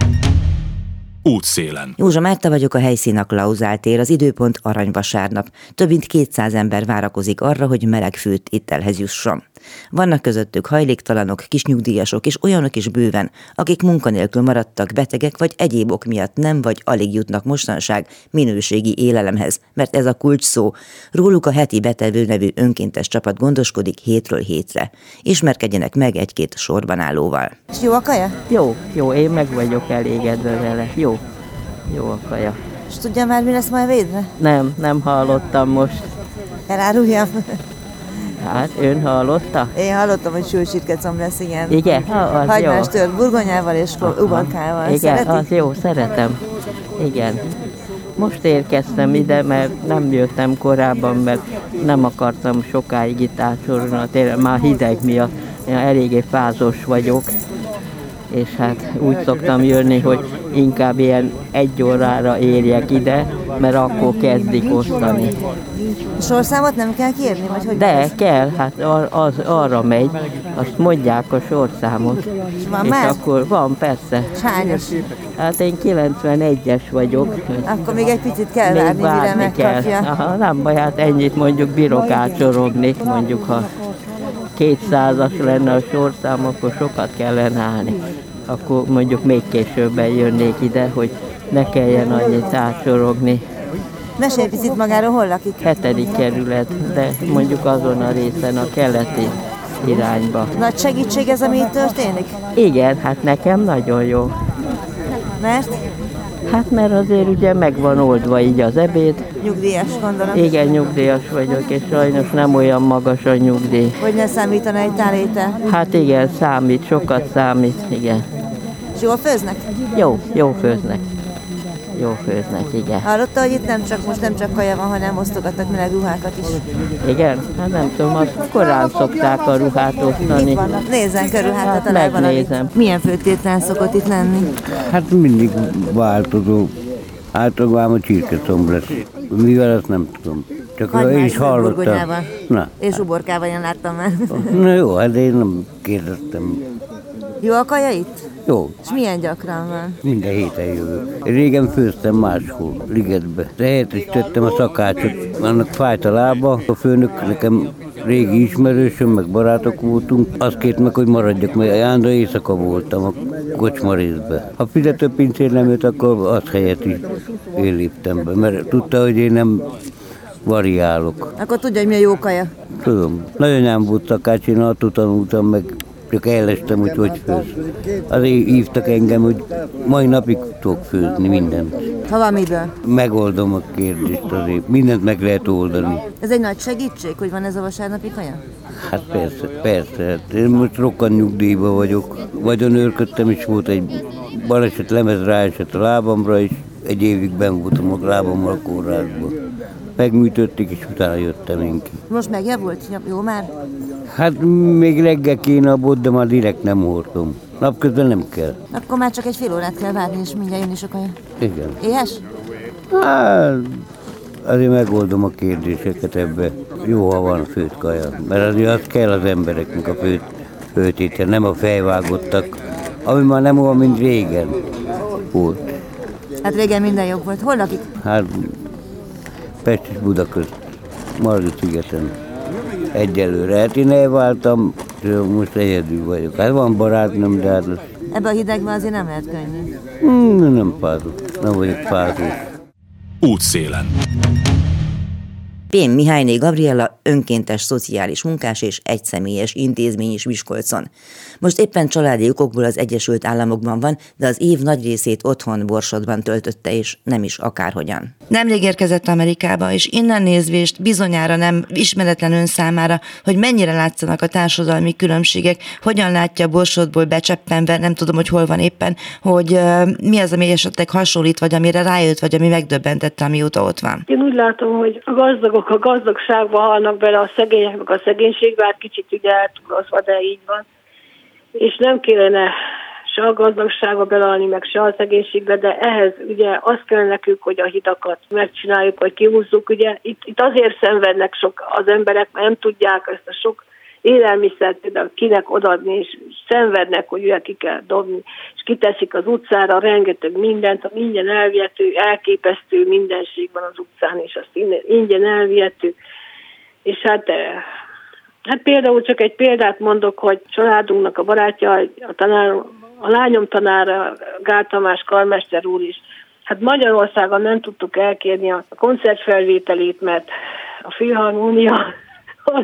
S1: Útszélen.
S2: Józsa Márta vagyok, a helyszín a Klauzál tér, az időpont aranyvasárnap. Több mint kétszáz ember várakozik arra, hogy meleg főtt ételhez jusson. Vannak közöttük hajléktalanok, kisnyugdíjasok és olyanok is bőven, akik munkanélkül maradtak, betegek vagy egyéb ok miatt nem vagy alig jutnak mostanság minőségi élelemhez, mert ez a kulcs szó. Róluk a Heti Betevő nevű önkéntes csapat gondoskodik hétről hétre. Ismerkedjenek meg egy-két sorban állóval.
S3: És jó a kaja?
S5: Jó, jó, én meg vagyok elégedve vele. Jó, jó a kaja.
S3: És tudja már, mi lesz majd védre?
S5: Nem, nem hallottam most.
S3: Eláruljam.
S5: Hát, ön hallotta?
S3: Én hallottam, hogy sülsirkecom lesz, igen.
S5: Igen? Ha, az
S3: hagymás
S5: jó.
S3: tört burgonyával és uborkával.
S5: Igen,
S3: Szereti?
S5: az jó, szeretem. Igen. Most érkeztem ide, mert nem jöttem korábban, mert nem akartam sokáig itt átsorolni a téren, már hideg miatt. Én eléggé fázos vagyok, és hát úgy szoktam jönni, hogy inkább ilyen egy órára érjek ide, mert akkor kezdik osztani.
S3: Sorszámot nem kell kérni, vagy hogy?
S5: De kell, hát az arra megy, azt mondják a sorszámot.
S3: És van
S5: és
S3: már?
S5: akkor van, persze.
S3: És hányos?
S5: Hát én kilencvenegyes vagyok.
S3: Akkor még egy picit kell
S5: még
S3: várni, mire megkapja.
S5: Kell. Aha, nem baj, hát ennyit mondjuk bírok átsorogni, mondjuk ha kétszázas lenne a sorszám, akkor sokat kellene állni. Akkor mondjuk még későbben jönnék ide, hogy ne kelljen annyit átsorogni.
S3: Mesélj picit magáról, hol lakik?
S5: Hetedik kerület, de mondjuk azon a részen a keleti irányba.
S3: Nagy segítség ez, ami itt történik?
S5: Igen, hát nekem nagyon jó.
S2: Mert?
S5: Hát mert azért ugye meg van oldva így az ebéd.
S2: Nyugdíjas, gondolom.
S5: Igen, nyugdíjas vagyok, és sajnos nem olyan magas a nyugdíj.
S2: Hogy ne számítana egy tálétel?
S5: Hát igen, számít, sokat számít, igen.
S2: És jól főznek?
S5: Jó, jó főznek. Jó főznek, igen.
S2: Hallotta, hogy itt nem csak, most nem csak kaja van, hanem osztogatnak meleg ruhákat is.
S5: Igen? Hát nem tudom, azt korán szokták a ruhát osztani.
S2: Nézzen körül, hát
S5: Hát
S2: talál valamit.
S5: megnézem.
S2: Milyen főtétel szokott itt lenni?
S6: Hát mindig változó. Általában a csirkecomb lesz. Mivel azt nem tudom. Csak én is hallottam. Na.
S2: És uborkával, én láttam már.
S6: Na jó, hát én nem kérdeztem.
S2: Jó a kaja itt?
S6: Jó.
S2: És milyen gyakran van?
S6: Minden héten jövök. Régen főztem máshol, Ligetbe. De helyett is tettem a szakácsot. Annak fájt a lába. A főnök nekem régi ismerősöm, meg barátok voltunk. Azt kért meg, hogy maradjak, mert Jándra éjszaka voltam a kocsma részbe. Ha fizetőpincér nem jött, akkor azt helyett is én léptem be, mert tudta, hogy én nem variálok.
S2: Akkor tudja, hogy mi a jó kaja?
S6: Tudom. Nagyanyám volt szakács, én attól tanultam meg. Csak ellestem, hogy hogy főz. Azért hívtak engem, hogy mai napig tudok főzni mindent.
S2: Ha van miből?
S6: Megoldom a kérdést azért. Mindent meg lehet oldani.
S2: Ez egy nagy segítség, hogy van ez a vasárnapi kaja?
S6: Hát persze, persze. Hát én most rokkant nyugdíjban vagyok. Vagyonőrködtem, és volt egy baleset, lemez ráesett a lábamra, és egy évig benn voltam a lábammal a kórházban. Megműtötték, és utána jöttem én ki.
S2: Most megjavult? Jó már?
S6: Hát még reggel kéne a bot, de már direkt nem hordom. Napközben nem kell.
S2: Akkor már csak egy fél órát kell várni, és mindjárt jön is a kaja.
S6: Igen.
S2: Éhes?
S6: Hát, azért megoldom a kérdéseket ebbe. Jó, ha van főtt kaja. Mert azért az kell az embereknek a főtt, főtétel, nem a fejvágottak. Ami már nem olyan, mint régen volt.
S2: Hát régen minden jobb volt. Hol lakik?
S6: Hát Pest és Buda közt, Margit-szigeten. Egyelőre. Hát én elváltam, most egyedül vagyok. Hát van barátnőm, de hát...
S2: Ebbe a hidegben azért nem lehet könnyű.
S6: Hmm, nem fázok, nem vagyok fázós.
S1: Útszélen.
S2: Pén Mihályné Gabriella önkéntes szociális munkás és egyszemélyes intézmény is Miskolcon. Most éppen családi okokból az Egyesült Államokban van, de az év nagy részét otthon Borsodban töltötte, és nem is akárhogyan.
S3: Nemrég érkezett Amerikába, és innen nézvést bizonyára nem ismeretlen ön számára, hogy mennyire látszanak a társadalmi különbségek, hogyan látja Borsodból becseppenve, nem tudom, hogy hol van éppen, hogy uh, mi az, ami esetleg hasonlít, vagy amire rájött, vagy ami megdöbbentette, amióta ott van.
S7: Én úgy látom, hogy a gazdagok a gazdagságba halnak bele, a szegények meg a szegénységbe, hát kicsit ugye eltúlozva, de így van. És nem kellene se a gazdagságba belehalni, meg se a szegénységbe, de ehhez ugye az kell nekünk, hogy a hidakat megcsináljuk, vagy kihúzzuk. Ugye itt, itt azért szenvednek sok az emberek, mert nem tudják ezt a sok élelmiszert például kinek odaadni, és szenvednek, hogy ugye ki kell dobni, és kiteszik az utcára rengeteg mindent, a ingyen elvihető, elképesztő mindenség van az utcán, és azt ingyen elvihető. És hát, hát például csak egy példát mondok, hogy családunknak a barátja, a, tanár, a lányom tanára, Gál Tamás karmester úr is, hát Magyarországon nem tudtuk elkérni a koncertfelvételét, mert a Filharmónia az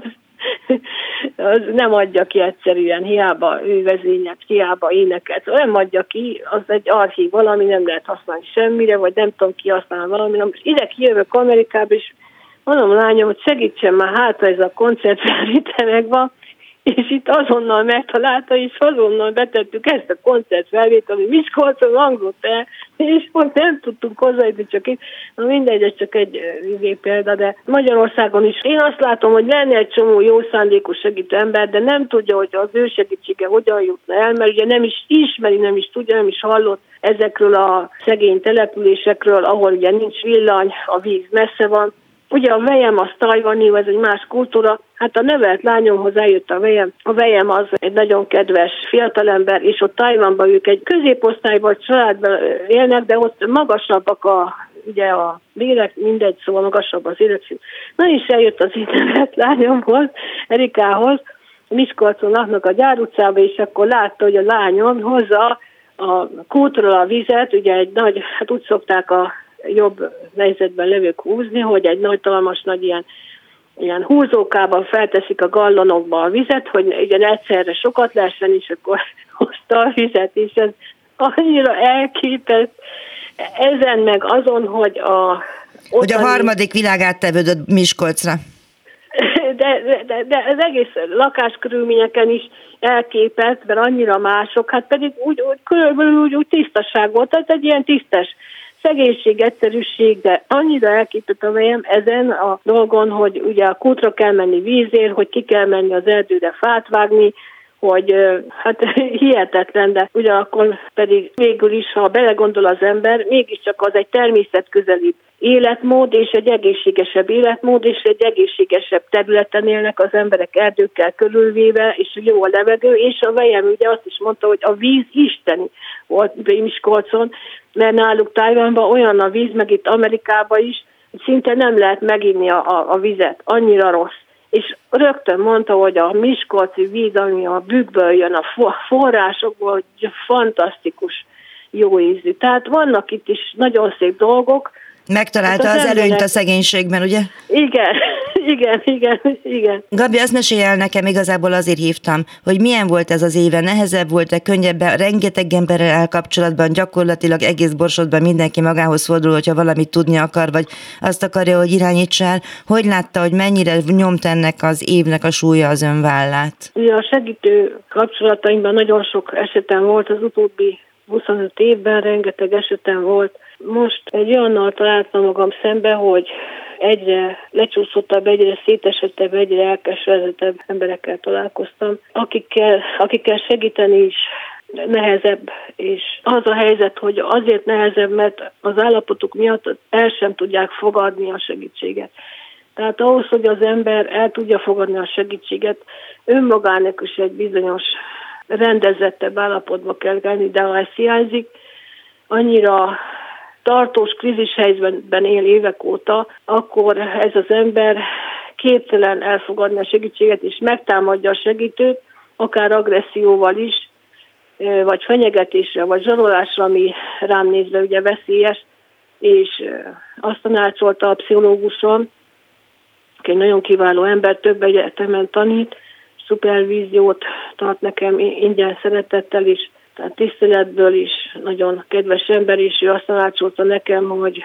S7: az nem adja ki egyszerűen, hiába ő vezényelt, hiába énekelt, nem adja ki, az egy archív valami, nem lehet használni semmire, vagy nem tudom ki használni valami. Most ide kijövök Amerikába, és mondom lányom, hogy segítsen már, hát ez a koncertfelvétel megvan, és itt azonnal megtalálta, és azonnal betettük ezt a koncertfelvételt, ami Miskolcon hangzott el, és most nem tudtunk hozzájutni, csak itt, na mindegy, ez csak egy ügyé példa, de Magyarországon is én azt látom, hogy lenne egy csomó jó szándékos segítő ember, de nem tudja, hogy az ő segítsége hogyan jutna el, mert ugye nem is ismeri, nem is tudja, nem is hallott ezekről a szegény településekről, ahol ugye nincs villany, a víz messze van. Ugye a vejem az tajvani, ez egy más kultúra. Hát a nevelt lányomhoz eljött a vejem. A vejem az egy nagyon kedves fiatalember, és ott Tajvanban ők egy középosztályban, családban élnek, de ott magasabbak a, ugye a bérek, mindegy, szóval magasabb az életszint. Na és eljött az így nevelt lányomhoz, Erikához, Miskolcon laknak a Gyár utcába, és akkor látta, hogy a lányom hozza a kútról a vizet, ugye egy nagy, hát úgy szokták a jobb helyzetben levők húzni, hogy egy nagy talmas nagy ilyen, ilyen húzókában felteszik a gallonokba a vizet, hogy ugye egyszerre sokat lehessen, és akkor hozta a vizet, és ez annyira elképett ezen meg azon, hogy a...
S3: Hogy a harmadik világ áttevődött Miskolcra.
S7: De, de, de az egész lakáskörülményeken is elképett, mert annyira mások, hát pedig úgy, úgy körülbelül úgy, úgy tisztaság volt, tehát egy ilyen tisztes szegénység, egyszerűség, de annyira elképett a fejem ezen a dolgon, hogy ugye a kútra kell menni vízért, hogy ki kell menni az erdőre fát vágni, hogy hát hihetetlen, de ugyanakkor pedig végül is, ha belegondol az ember, mégiscsak az egy természetközeli életmód, és egy egészségesebb életmód, és egy egészségesebb területen élnek az emberek erdőkkel körülvéve, és jó a levegő, és a vejem ugye azt is mondta, hogy a víz isteni volt Miskolcon, mert náluk Tajvanban olyan a víz, meg itt Amerikában is, hogy szinte nem lehet meginni a, a, a vizet, annyira rossz. És rögtön mondta, hogy a miskolci víz, ami a bükkből jön, a forrásokból, hogy fantasztikus jó ízű. Tehát vannak itt is nagyon szép dolgok.
S3: Megtalálta hát az, az előnyt emberek... a szegénységben, ugye?
S7: Igen, igen, igen, igen.
S3: Gabi, azt mesélj el nekem, igazából azért hívtam, hogy milyen volt ez az éve, nehezebb volt-e, könnyebb, rengeteg emberrel elkapcsolatban, gyakorlatilag egész Borsodban mindenki magához fordul, hogyha valamit tudni akar, vagy azt akarja, hogy irányítsál. Hogy látta, hogy mennyire nyomt ennek az évnek a súlya az ön vállát?
S7: Ugye a segítő kapcsolatainkban nagyon sok esetem volt az utóbbi huszonöt évben, rengeteg esetem volt. Most egy olyannal találtam magam szembe, hogy egyre lecsúszottabb, egyre szétesettebb, egyre elkeseredettebb emberekkel találkoztam, akikkel, akikkel segíteni is nehezebb, és az a helyzet, hogy azért nehezebb, mert az állapotuk miatt el sem tudják fogadni a segítséget. Tehát ahhoz, hogy az ember el tudja fogadni a segítséget, önmagának is egy bizonyos rendezettebb állapotba kell lenni, de ha ez hiányzik, annyira tartós krízis helyzetben él évek óta, akkor ez az ember képtelen elfogadni a segítséget, és megtámadja a segítőt, akár agresszióval is, vagy fenyegetésre, vagy zsarolásra, ami rám nézve ugye veszélyes, és azt tanácsolta a pszichológusom, aki egy nagyon kiváló ember, több egyetemen tanít, szupervíziót tart nekem ingyen szeretettel is, tehát tiszteletből is, nagyon kedves ember, és ő azt tanácsolta nekem, hogy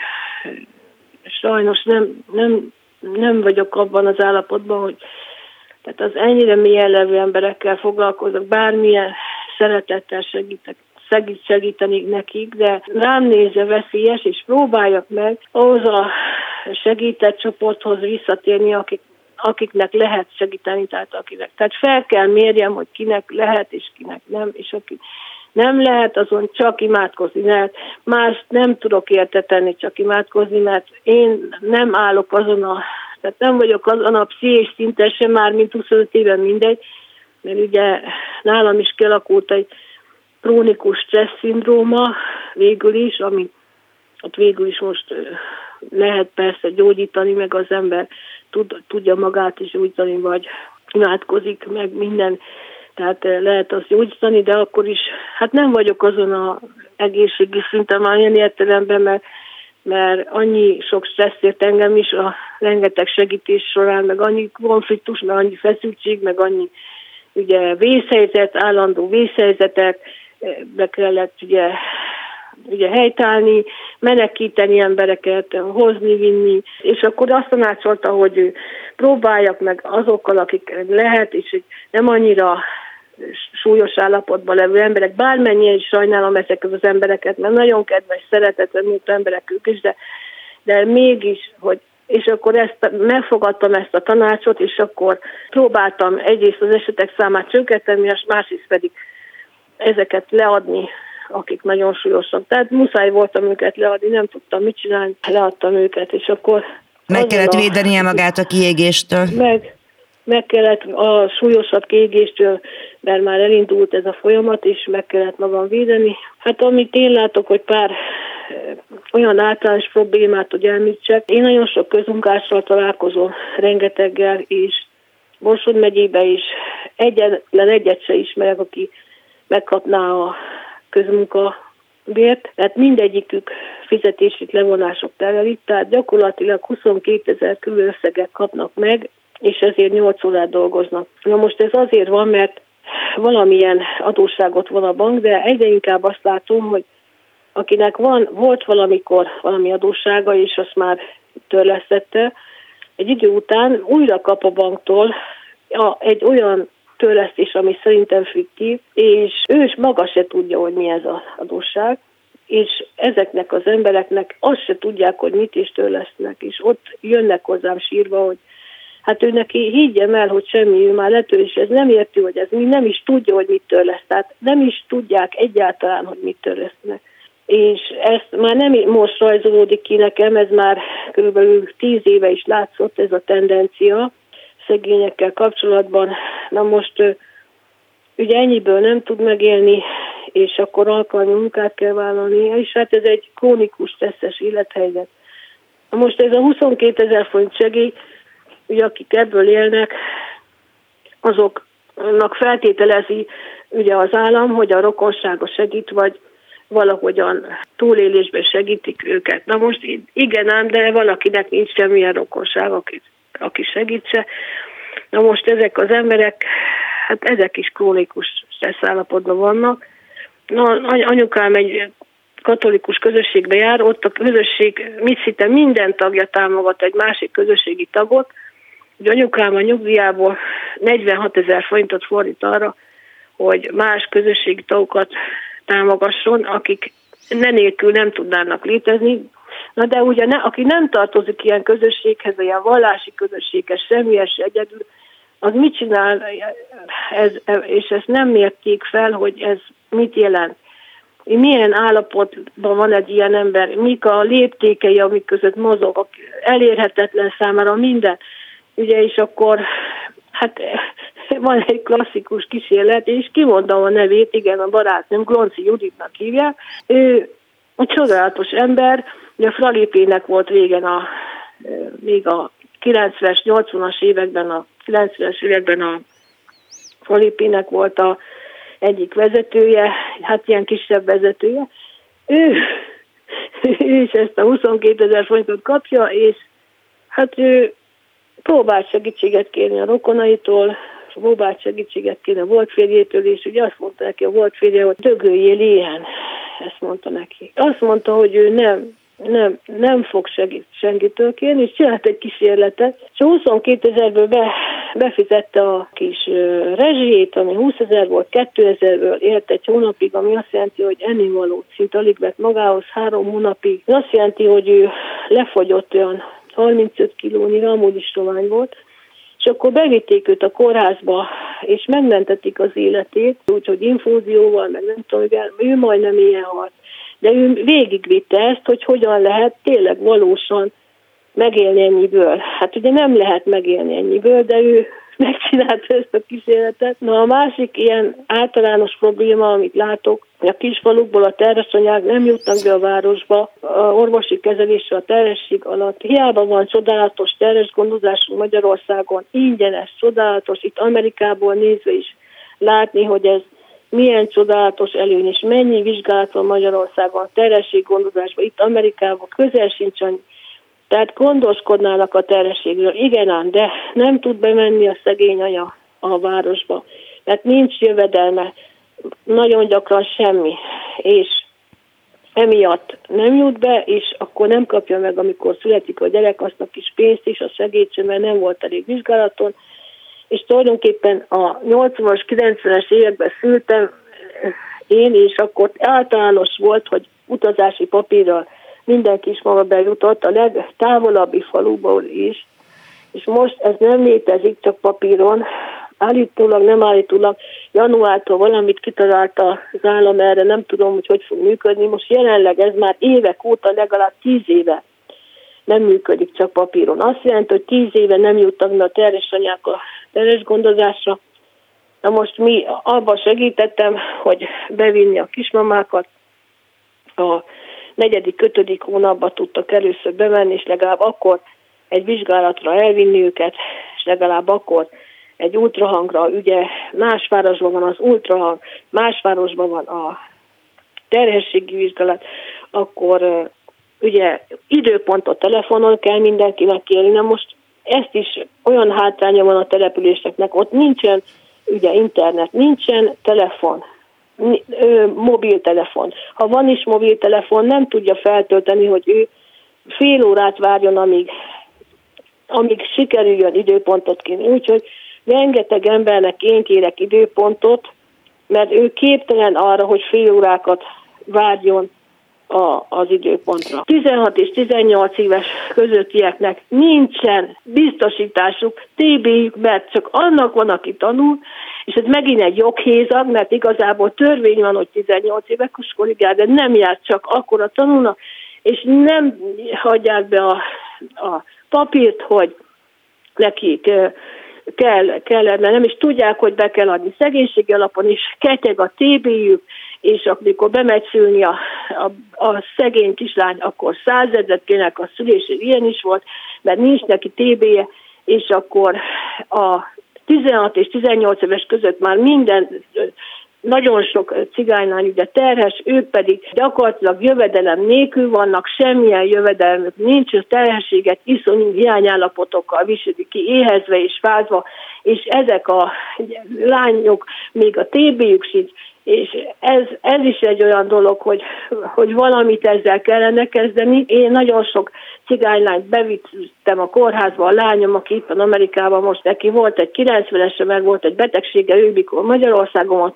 S7: sajnos nem, nem, nem vagyok abban az állapotban, hogy tehát az ennyire mélyen levő emberekkel foglalkozok, bármilyen szeretettel segítek, segít, segíteni nekik, de rám nézve veszélyes, és próbáljak meg ahhoz a segített csoporthoz visszatérni, akik akiknek lehet segíteni, tehát akinek. Tehát fel kell mérjem, hogy kinek lehet, és kinek nem, és aki nem lehet, azon csak imádkozni lehet. Mást nem tudok érteteni, csak imádkozni, mert én nem állok azon a, tehát nem vagyok azon a pszichés szinten sem már, mint huszonöt éven mindegy, mert ugye nálam is kialakult egy krónikus stressz szindróma végül is, ami ott végül is most lehet persze gyógyítani, meg az ember tud, tudja magát is gyógyítani, vagy imádkozik, meg minden, tehát lehet azt gyógyítani, de akkor is, hát nem vagyok azon a egészségi szinten már ilyen értelemben, mert, mert annyi sok stresszért engem is a rengeteg segítés során, meg annyi konfliktus, meg annyi feszültség, meg annyi ugye vészhelyzet, állandó vészhelyzetek, be kellett ugye ugye helytállni, menekíteni embereket, hozni, vinni, és akkor azt tanácsolta, hogy próbáljak meg azokkal, akik lehet, és nem annyira súlyos állapotban levő emberek, bármennyien is sajnálom ezeket az embereket, mert nagyon kedves, szeretetlen emberek ők is, de, de mégis, hogy és akkor ezt, megfogadtam ezt a tanácsot, és akkor próbáltam egyrészt az esetek számát csökkenteni, és másrészt pedig ezeket leadni, akik nagyon súlyosak. Tehát muszáj voltam őket leadni, nem tudtam mit csinálni, leadtam őket, és akkor...
S3: Meg kellett a... védenie magát a kiégéstől.
S7: Meg, meg kellett a súlyosabb kiégéstől, mert már elindult ez a folyamat, és meg kellett magam védeni. Hát amit én látok, hogy pár olyan általános problémát, hogy elmítsek. Én nagyon sok közmunkással találkozom, rengeteggel, és Borsod megyébe is egyetlen egyet se ismerek, aki megkapná a közmunkabért, tehát mindegyikük fizetését levonások terhelik, tehát gyakorlatilag huszonkétezer körül összeget kapnak meg, és ezért nyolc órát dolgoznak. Na most ez azért van, mert valamilyen adósságot von a bank, de egyre inkább azt látom, hogy akinek van, volt valamikor valami adóssága, és azt már törlesztette, egy idő után újra kap a banktól egy olyan törlesztés, ami szerintem fiktív, és ő is maga se tudja, hogy mi ez az adósság, és ezeknek az embereknek azt se tudják, hogy mit is törlesztnek, és ott jönnek hozzám sírva, hogy hát ő neki higgyem el, hogy semmi, ő már letől, és ez nem érti, hogy ez mi nem is tudja, hogy mit törleszt, tehát nem is tudják egyáltalán, hogy mit törlesztnek. És ezt már nem most rajzolódik ki nekem, ez már körülbelül tíz éve is látszott ez a tendencia szegényekkel kapcsolatban. Na most ugye ennyiből nem tud megélni, és akkor alkalmi munkát kell vállalni, és hát ez egy krónikus, stresszes élethelyzet. Na most ez a huszonkétezer forint segély, ugye akik ebből élnek, azoknak feltételezi ugye az állam, hogy a rokonsága segít, vagy valahogyan túlélésben segítik őket. Na most igen ám, de valakinek nincs semmilyen rokonság, aki, aki segítse. Na most ezek az emberek, hát ezek is krónikus stresszállapotban vannak. Na, anyukám egy katolikus közösségbe jár, ott a közösség mit szinte minden tagja támogat egy másik közösségi tagot, hogy anyukám a nyugdíjából negyvenhatezer forintot fordít arra, hogy más közösségi tagokat támogasson, akik ne nélkül nem tudnának létezni. Na de ugye ne, aki nem tartozik ilyen közösséghez, ilyen vallási közösséghez, semmihez egyedül, az mit csinál, ez, és ezt nem mérték fel, hogy ez mit jelent. Milyen állapotban van egy ilyen ember, mik a léptékei, amik között mozog, elérhetetlen számára minden. Ugye, és akkor hát van egy klasszikus kísérlet, és kimondom a nevét, igen, a barátnőm, Glonci Juditnak hívják. Ő egy csodálatos ember, ugye a Fralipének volt régen a, még a kilencvenes, nyolcvanas években, a kilencvenes években a Fralipének volt a egyik vezetője, hát ilyen kisebb vezetője. Ő, ő is ezt a huszonkétezer forintot kapja, és hát ő próbált segítséget kérni a rokonaitól, próbált segítséget kérni a volt férjétől, és ugye azt mondta neki a volt férje, hogy dögöljél ilyen, ezt mondta neki. Azt mondta, hogy ő nem, nem, nem fog segít, senkitől kérni, és csinált egy kísérletet, és a huszonkétezerből be, befizette a kis uh, rezsijét, ami húszezer volt, kétezerből élt egy hónapig, ami azt jelenti, hogy ennivalót szinte alig vett magához három hónapig. Ez azt jelenti, hogy ő lefogyott olyan harmincöt kilónyira, amúgy is sovány volt, és akkor bevitték őt a kórházba, és megmentették az életét, úgyhogy infúzióval, meg nem tudom, ő majdnem ilyen halt. De ő végigvitte ezt, hogy hogyan lehet tényleg valósan megélni ennyiből. Hát ugye nem lehet megélni ennyiből, de ő megcsinálta ezt a kísérletet. Na a másik ilyen általános probléma, amit látok, hogy a kisfalukból a terhesanyák nem jutnak be a városba, a orvosi kezelésre a terhesség alatt. Hiába van csodálatos terhesgondozásunk Magyarországon, ingyenes, csodálatos, itt Amerikából nézve is látni, hogy ez milyen csodálatos előny, és mennyi vizsgálat van Magyarországon, terhességgondozásban, itt Amerikában közel sincs annyi. Tehát gondoskodnának a terhességről, igen ám, de nem tud bemenni a szegény anya a városba, mert nincs jövedelme, nagyon gyakran semmi, és emiatt nem jut be, és akkor nem kapja meg, amikor születik a gyerek, azt a kis pénzt is, a segítség, mert nem volt elég vizsgálaton, és tulajdonképpen a nyolcvanas, kilencvenes években szültem én, és akkor általános volt, hogy utazási papírral mindenki is maga bejutott, a legtávolabbi faluból is, és most ez nem létezik csak papíron, állítólag, nem állítólag, januártól valamit kitalálta az állam erre, nem tudom, hogy hogy fog működni, most jelenleg ez már évek óta, legalább tíz éve nem működik csak papíron. Azt jelenti, hogy tíz éve nem jutnak a terhesanyák a terhesgondozásra. Na most mi abban segítettem, hogy bevinni a kismamákat, a negyedik, ötödik hónapban tudtak először bemenni, és legalább akkor egy vizsgálatra elvinni őket, és legalább akkor egy ultrahangra, ugye más városban van az ultrahang, más városban van a terhességi vizsgálat, akkor ugye időpontot telefonon kell mindenkinek kérni. Na most ezt is olyan hátránya van a településeknek, ott nincsen ugye internet nincsen, telefon, mobiltelefon. Ha van is mobiltelefon, nem tudja feltölteni, hogy ő fél órát várjon, amíg, amíg sikerüljön időpontot kérni. Úgyhogy rengeteg embernek én kérek időpontot, mert ő képtelen arra, hogy fél órákat várjon a, az időpontra. tizenhat és tizennyolc éves közöttieknek nincsen biztosításuk, té béjük, mert csak annak van, aki tanul, és ez megint egy joghézag, mert igazából törvény van, hogy tizennyolc éves korigál, de nem jár, csak akkora tanulnak, és nem hagyják be a, a papírt, hogy nekik kell, kell, mert nem is tudják, hogy be kell adni szegénységi alapon, és ketyeg a té béjük, és amikor bemegy szülni a, a, a szegény kislány, akkor százezret kének a szülésére, ilyen is volt, mert nincs neki té béje, és akkor a tizenhat és tizennyolc éves között már minden, nagyon sok cigánylány ugye terhes, ők pedig gyakorlatilag jövedelem nélkül vannak, semmilyen jövedelmük nincs, a terhességet iszonyú hiányállapotokkal viselik ki, éhezve és fázva, és ezek a lányok, még a té béjük sincs, és ez, ez is egy olyan dolog, hogy, hogy valamit ezzel kellene kezdeni. Én nagyon sok cigánylányt bevittem a kórházba, a lányom, aki itt van Amerikában, most neki volt egy kilencvenese, meg volt egy betegsége, ő mikor Magyarországon volt,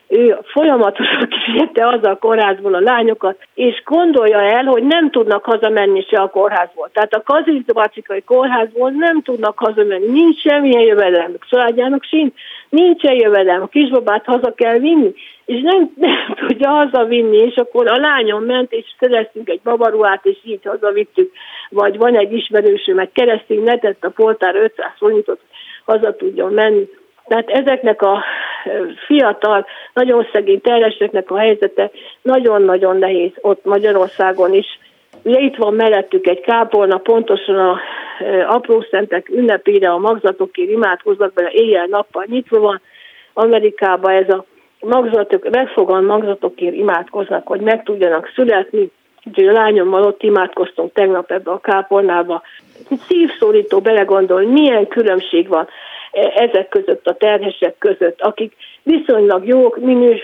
S7: ő folyamatosan kísérte azzal a kórházból a lányokat, és gondolja el, hogy nem tudnak hazamenni se a kórházból. Tehát a Kazincbarcikai kórházból nem tudnak hazamenni, nincs semmilyen jövedelmük, családjának sincs, nincsen jövedelm, a kisbabát haza kell vinni, és nem, nem tudja hazavinni, és akkor a lányom ment, és szereztünk egy babaruhát, és így hazavittük, vagy van egy ismerősöm, meg keresztény netett a poltár ötszáz forintot, haza tudjon menni. Tehát ezeknek a fiatal, nagyon szegény terheseknek a helyzete nagyon-nagyon nehéz ott Magyarországon is. Ugye itt van mellettük egy kápolna, pontosan a aprószentek ünnepére a magzatokért imádkoznak, bele éjjel-nappal nyitva van. Amerikában ez a magzatok, megfogan magzatokért imádkoznak, hogy meg tudjanak születni. Úgyhogy a lányommal ott imádkoztunk tegnap ebbe a kápolnába. Szívszólító belegondolni, milyen különbség van ezek között, a terhesek között, akik viszonylag jó, minős,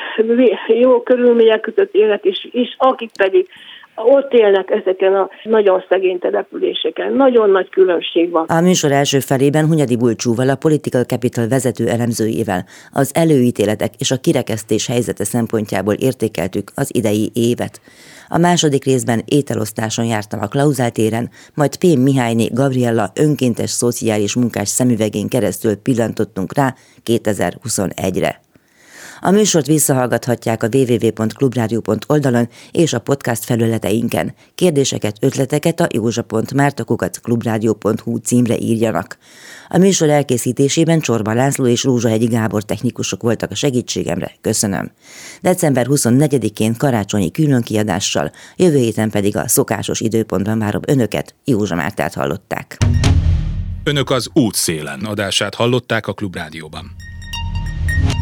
S7: jó körülmények között élnek, és, és akik pedig ott élnek ezeken a nagyon szegény településeken. Nagyon nagy különbség van.
S2: A műsor első felében Hunyadi Bulcsúval, a Political Capital vezető elemzőjével az előítéletek és a kirekesztés helyzete szempontjából értékeltük az idei évet. A második részben ételosztáson jártam a Klauzál téren, majd P. Mihályné Gabriella önkéntes szociális munkás szemüvegén keresztül pillantottunk rá kétezer-huszonegyre. A műsort visszahallgathatják a double-u double-u double-u pont klubrádió pont oldalon és a podcast felületeinken. Kérdéseket, ötleteket a józsa pont márta kukac klubrádió pont hu címre írjanak. A műsor elkészítésében Csorba László és Rózsahegyi Gábor technikusok voltak a segítségemre. Köszönöm. december huszonnegyedikén karácsonyi különkiadással, jövő héten pedig a szokásos időpontban várom önöket, Józsa Mártát hallották.
S1: Önök az Útszélen adását hallották a Klubrádióban.